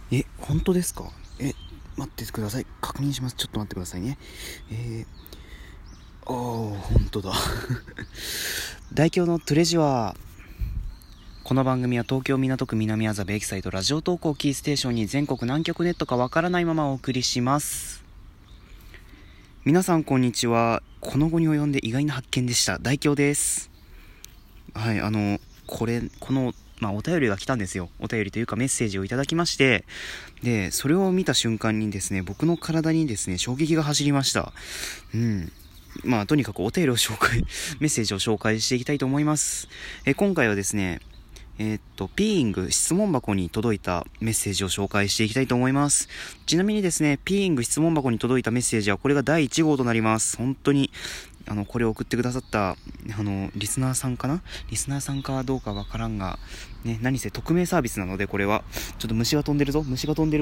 本当ですか？待ってください。確認します。ちょっと待ってくださいね。本当だ。大京のトレジュアー。この番組は東京港区南麻布エキサイトラジオ投稿キーステーションに全国何局ネットかわからないままお送りします。皆さんこんにちは。この後に及んで意外な発見でした。大京です。はい、お便りが来たんですよ。お便りというかメッセージをいただきまして、で、それを見た瞬間にですね、僕の体にですね、衝撃が走りました。とにかくお便りを紹介、メッセージを紹介していきたいと思います。今回はですね、ピーイング質問箱に届いたメッセージを紹介していきたいと思います。ちなみにですね、ピーイング質問箱に届いたメッセージはこれが第1号となります。本当に、これを送ってくださった、リスナーさんかな？リスナーさんかどうかわからんが、ね、何せ匿名サービスなので、これは。ちょっと虫が飛んでるぞ。虫が飛んでる。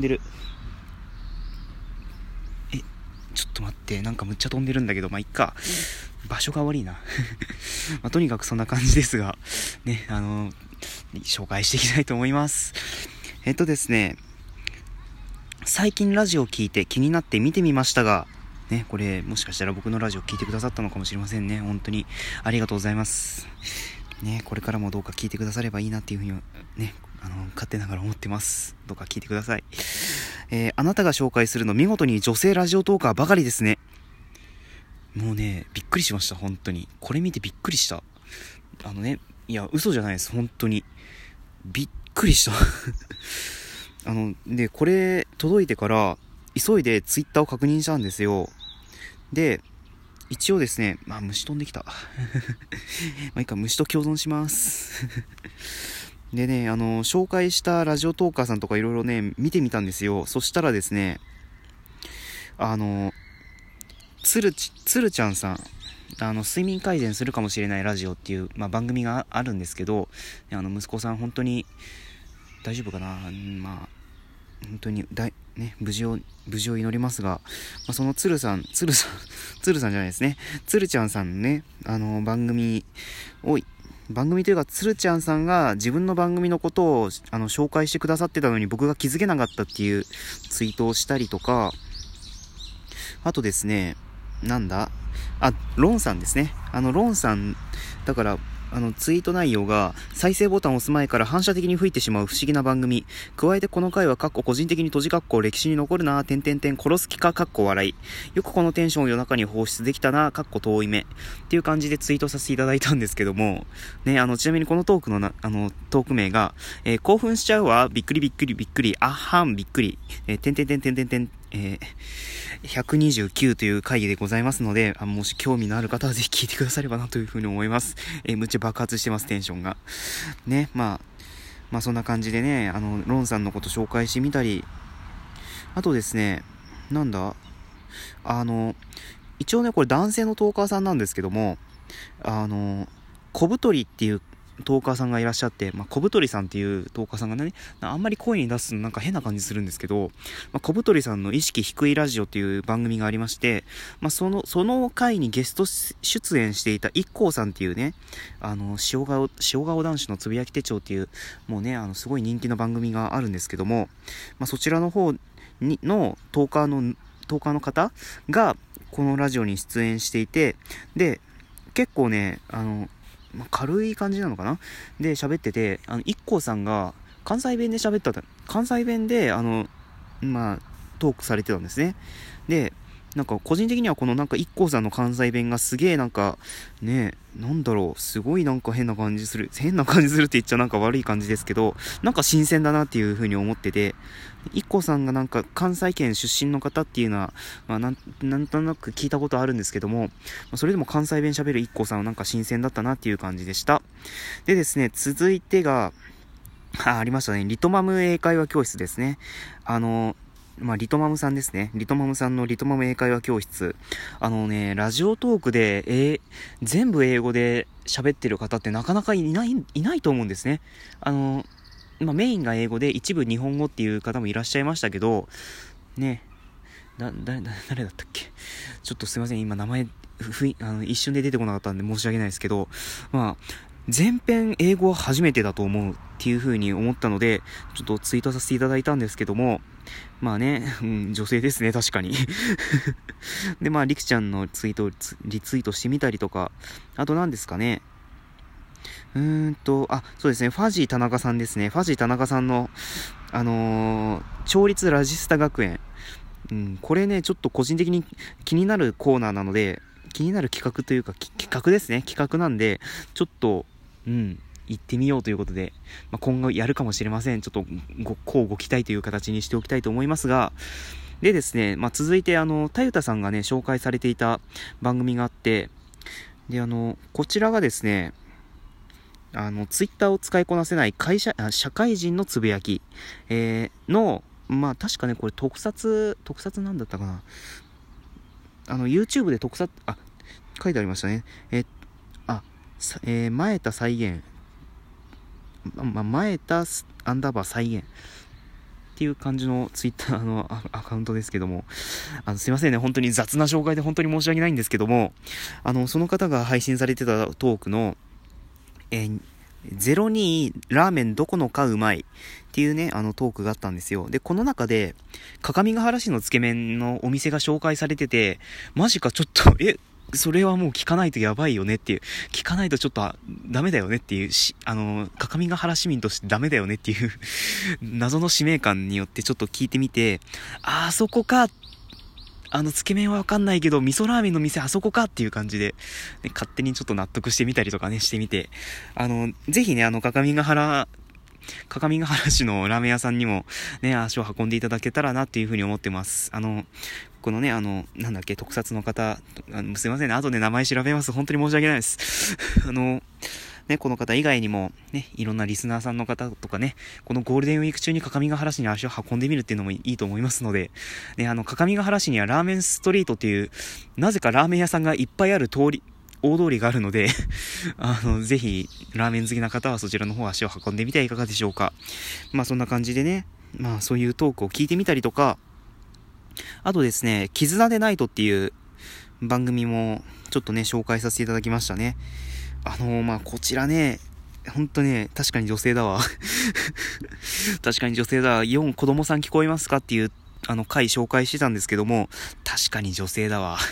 ちょっと待って、なんかむっちゃ飛んでるんだけど、いっか。場所が悪いな。とにかくそんな感じですが、ね、紹介していきたいと思います。ですね、最近ラジオを聞いて気になって見てみましたが、ね、これもしかしたら僕のラジオ聞いてくださったのかもしれませんね。本当にありがとうございます。ね、これからもどうか聞いてくださればいいなっていうふうにね、勝手ながら思ってます。どうか聞いてください。あなたが紹介するの見事に女性ラジオトーカーばかりですね。もうね、びっくりしました。本当にこれ見てびっくりした。いや嘘じゃないです。本当にびっくりした。でこれ届いてから急いでツイッターを確認したんですよ。で一応ですね、虫飛んできた。いいか、虫と共存します。でね、紹介したラジオトーカーさんとかいろいろね、見てみたんですよ。そしたらですね、つるちゃんさん、睡眠改善するかもしれないラジオっていう、番組があるんですけど、息子さん本当に大丈夫かな。本当に無事を祈りますが、そのつるさんじゃないですね、つるちゃんさんのね、番組というか、つるちゃんさんが自分の番組のことを紹介してくださってたのに僕が気づけなかったっていうツイートをしたりとか、あとですね、ロンさんですね。ロンさんだからツイート内容が再生ボタンを押す前から反射的に吹いてしまう不思議な番組。加えてこの回は個人的に閉じ歴史に残るな殺す気か笑い。よくこのテンションを夜中に放出できたな遠い目っていう感じでツイートさせていただいたんですけどもね、ちなみにこのトークのトーク名が、興奮しちゃうわびっくりあっはんびっくり129という会議でございますので、もし興味のある方はぜひ聞いてくださればなというふうに思います。むっちゃ爆発してます、テンションが。ね、そんな感じでね、ロンさんのこと紹介してみたり、あとですね、一応ね、これ男性のトーカーさんなんですけども、小太りっていうトーカーさんがいらっしゃって、小太りさんっていうトーカーさんがね、あんまり声に出すのなんか変な感じするんですけど、小太りさんの意識低いラジオっていう番組がありまして、その回にゲスト出演していた IKKO さんっていうね、塩顔男子のつぶやき手帳っていう、もうね、すごい人気の番組があるんですけども、そちらの方のトーカーの方がこのラジオに出演していて、で結構ね、軽い感じなのかなで喋ってて、IKKOさんが関西弁でトークされてたんですね。で個人的にはこのIKKOさんの関西弁がすげえすごい変な感じするって言っちゃ悪い感じですけど、新鮮だなっていう風に思ってて、IKKOさんが関西圏出身の方っていうのは、なんとなく聞いたことあるんですけども、それでも関西弁喋るIKKOさんは新鮮だったなっていう感じでした。でですね、続いてがありましたね、リトマム英会話教室ですね。リトマムさんですね。リトマムさんのリトマム英会話教室。ラジオトークで、全部英語で喋ってる方ってなかなかいないと思うんですね。メインが英語で一部日本語っていう方もいらっしゃいましたけど、ね、誰だったっけ？ちょっとすいません、今名前一瞬で出てこなかったんで申し訳ないですけど、 全編英語は初めてだと思うっていう風に思ったので、ちょっとツイートさせていただいたんですけども、まあね、女性ですね、確かに。で、まあ、りくちゃんのツイートをリツイートしてみたりとか、あと何ですかね。そうですね、ファジー田中さんですね。ファジー田中さんの、町立ラジスタ学園。これね、ちょっと個人的に気になるコーナーなので、気になる企画というか、企画ですね。企画なんで、ちょっと、行ってみようということで、今後やるかもしれません。ちょっとご期待という形にしておきたいと思いますが、でですね、続いてたゆたさんがね、紹介されていた番組があって、で、こちらがですね、ツイッターを使いこなせない社会人のつぶやき、の、確かね、これ特撮なんだったかな。YouTube で書いてありましたね。前田再現、前田アンダーバー再現っていう感じのツイッターのアカウントですけども、すいませんね、本当に雑な紹介で本当に申し訳ないんですけども、その方が配信されてたトークの、02ラーメンどこのかうまいっていうね、トークがあったんですよ。で、この中で、各務原市のつけ麺のお店が紹介されてて、マジかちょっと、それはもう聞かないとやばいよねっていう、聞かないとちょっとダメだよねっていう各務原市民としてダメだよねっていう謎の使命感によってちょっと聞いてみて、あそこか、つけ麺はわかんないけど、味噌ラーメンの店あそこかっていう感じで、ね、勝手にちょっと納得してみたりとかね、してみて、ぜひね、各務原市のラーメン屋さんにもね、足を運んでいただけたらなっていうふうに思ってます。このね、特撮の方、すいませんね、後で名前調べます。本当に申し訳ないです。ね、この方以外にも、ね、いろんなリスナーさんの方とかね、このゴールデンウィーク中に各務原市に足を運んでみるっていうのもいいと思いますので、ね、各務原市にはラーメンストリートっていう、なぜかラーメン屋さんがいっぱいある大通りがあるので、ぜひ、ラーメン好きな方はそちらの方足を運んでみてはいかがでしょうか。そんな感じでね、そういうトークを聞いてみたりとか、あとですね、絆でナイトっていう番組もちょっとね、紹介させていただきましたね。こちらね、ほんとね、確かに女性だわ。確かに女性だわ。4子供さん聞こえますかっていう、回紹介してたんですけども、確かに女性だわ。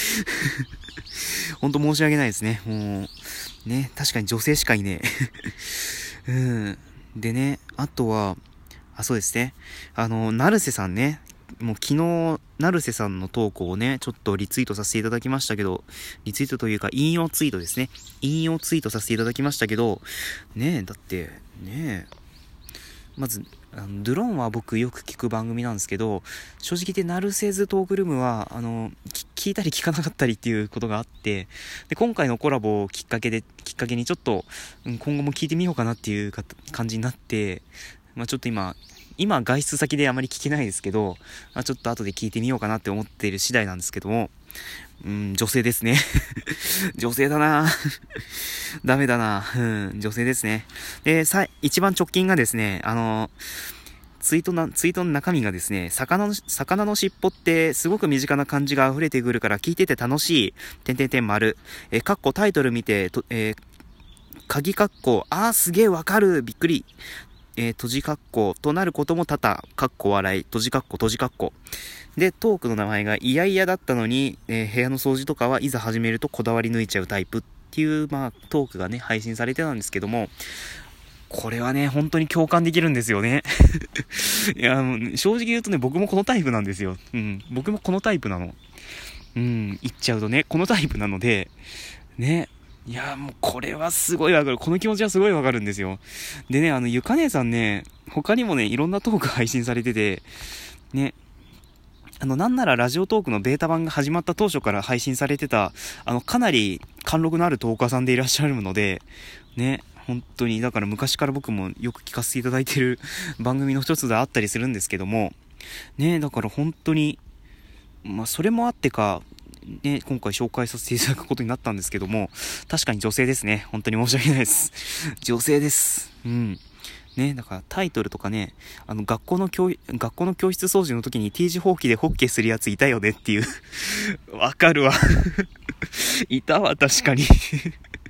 ほんと申し訳ないですね。もう、ね、確かに女性しかいねえ。でね、あとは、そうですね。成瀬さんね。もう昨日、成瀬さんの投稿をね、ちょっとリツイートさせていただきましたけど、リツイートというか引用ツイートですね。引用ツイートさせていただきましたけど、ねえ、だって、ねえ、まず、ドゥローンは僕よく聞く番組なんですけど、正直言ってナルセズトークルームは、聞いたり聞かなかったりっていうことがあって、で、今回のコラボをきっかけにちょっと、今後も聞いてみようかなっていう感じになって、ちょっと今外出先であまり聞けないですけど、ちょっと後で聞いてみようかなって思っている次第なんですけども、女性ですね。女性だなダメだな女性ですね。で、一番直近がですね、ツイートの中身がですね、魚の尻尾ってすごく身近な感じが溢れてくるから聞いてて楽しい、丸。タイトル見て、鍵括弧、すげえわかる、びっくり。閉じ括弧となることも多々、括弧笑い、閉じ括弧。で、トークの名前がいやいやだったのに、部屋の掃除とかはいざ始めるとこだわり抜いちゃうタイプっていう、トークがね、配信されてたんですけども、これはね、本当に共感できるんですよね。いや、正直言うとね、僕もこのタイプなんですよ。僕もこのタイプなの。言っちゃうとね、このタイプなので、ね、いやもうこれはすごいわかる。この気持ちはすごいわかるんですよ。でね、ゆか姉さんね、他にもね、いろんなトーク配信されてて、ね、なんならラジオトークのベータ版が始まった当初から配信されてた、かなり貫禄のあるトーカーさんでいらっしゃるので、ね、本当に、だから昔から僕もよく聞かせていただいてる番組の一つであったりするんですけども、ね、だから本当に、それもあってか、ね、今回紹介させていただくことになったんですけども、確かに女性ですね。本当に申し訳ないです。女性です。ね、だからタイトルとかね、学校の教室掃除の時に T 字ほうきでホッケーするやついたよねっていう。わかるわ。いたわ、確かに。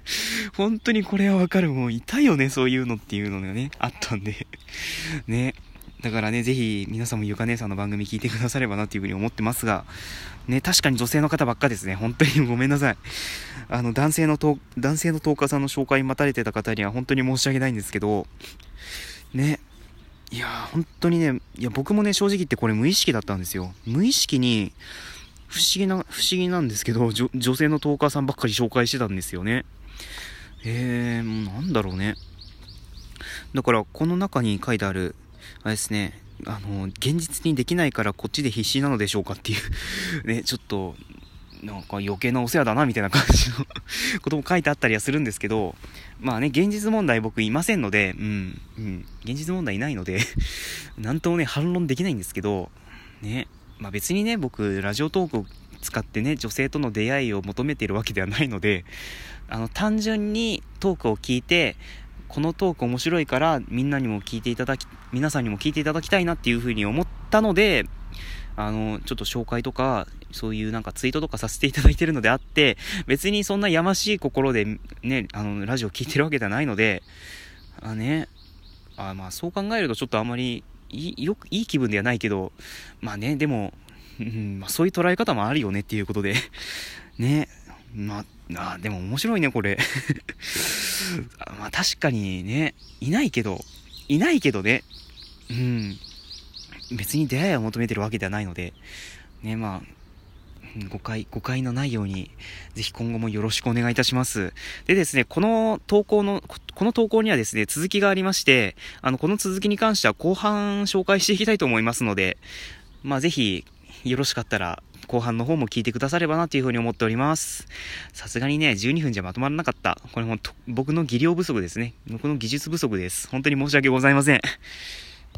本当にこれはわかる。もういたよね、そういうのっていうのがね、あったんで。ね。だからね、ぜひ皆さんもゆか姉さんの番組聞いてくださればなというふうに思ってますが、ね、確かに女性の方ばっかですね。本当にごめんなさい。男性のトーカーさんの紹介待たれてた方には本当に申し訳ないんですけど、ね。いやー、本当にね、いや、僕もね、正直言ってこれ無意識だったんですよ。無意識に、不思議なんですけど、女性のトーカーさんばっかり紹介してたんですよね。もうなんだろうね。だから、この中に書いてある、あれですね、現実にできないからこっちで必死なのでしょうかっていうね、ちょっとなんか余計なお世話だなみたいな感じのことも書いてあったりはするんですけど、まあね、現実問題僕いませんので、現実問題いないのでなんともね反論できないんですけどね。まあ別にね、僕ラジオトークを使ってね、女性との出会いを求めているわけではないので、単純にトークを聞いて、このトーク面白いから皆さんにも聞いていただきたいなっていう風に思ったので、ちょっと紹介とかそういうなんかツイートとかさせていただいてるのであって、別にそんなやましい心でね、ラジオ聞いてるわけではないので、まあそう考えるとちょっとあまりいい気分ではないけど、まあね、でも、まあそういう捉え方もあるよねっていうことでね。でも面白いねこれまあ確かにね、いないけどね、別に出会いを求めてるわけではないのでね。まあ誤解のないようにぜひ今後もよろしくお願いいたします。でですね、この投稿にはですね、続きがありまして、この続きに関しては後半紹介していきたいと思いますので、まあぜひよろしかったら後半の方も聞いてくださればなというふうに思っております。さすがにね、12分じゃまとまらなかった。これも僕の技量不足ですね。僕の技術不足です。本当に申し訳ございません。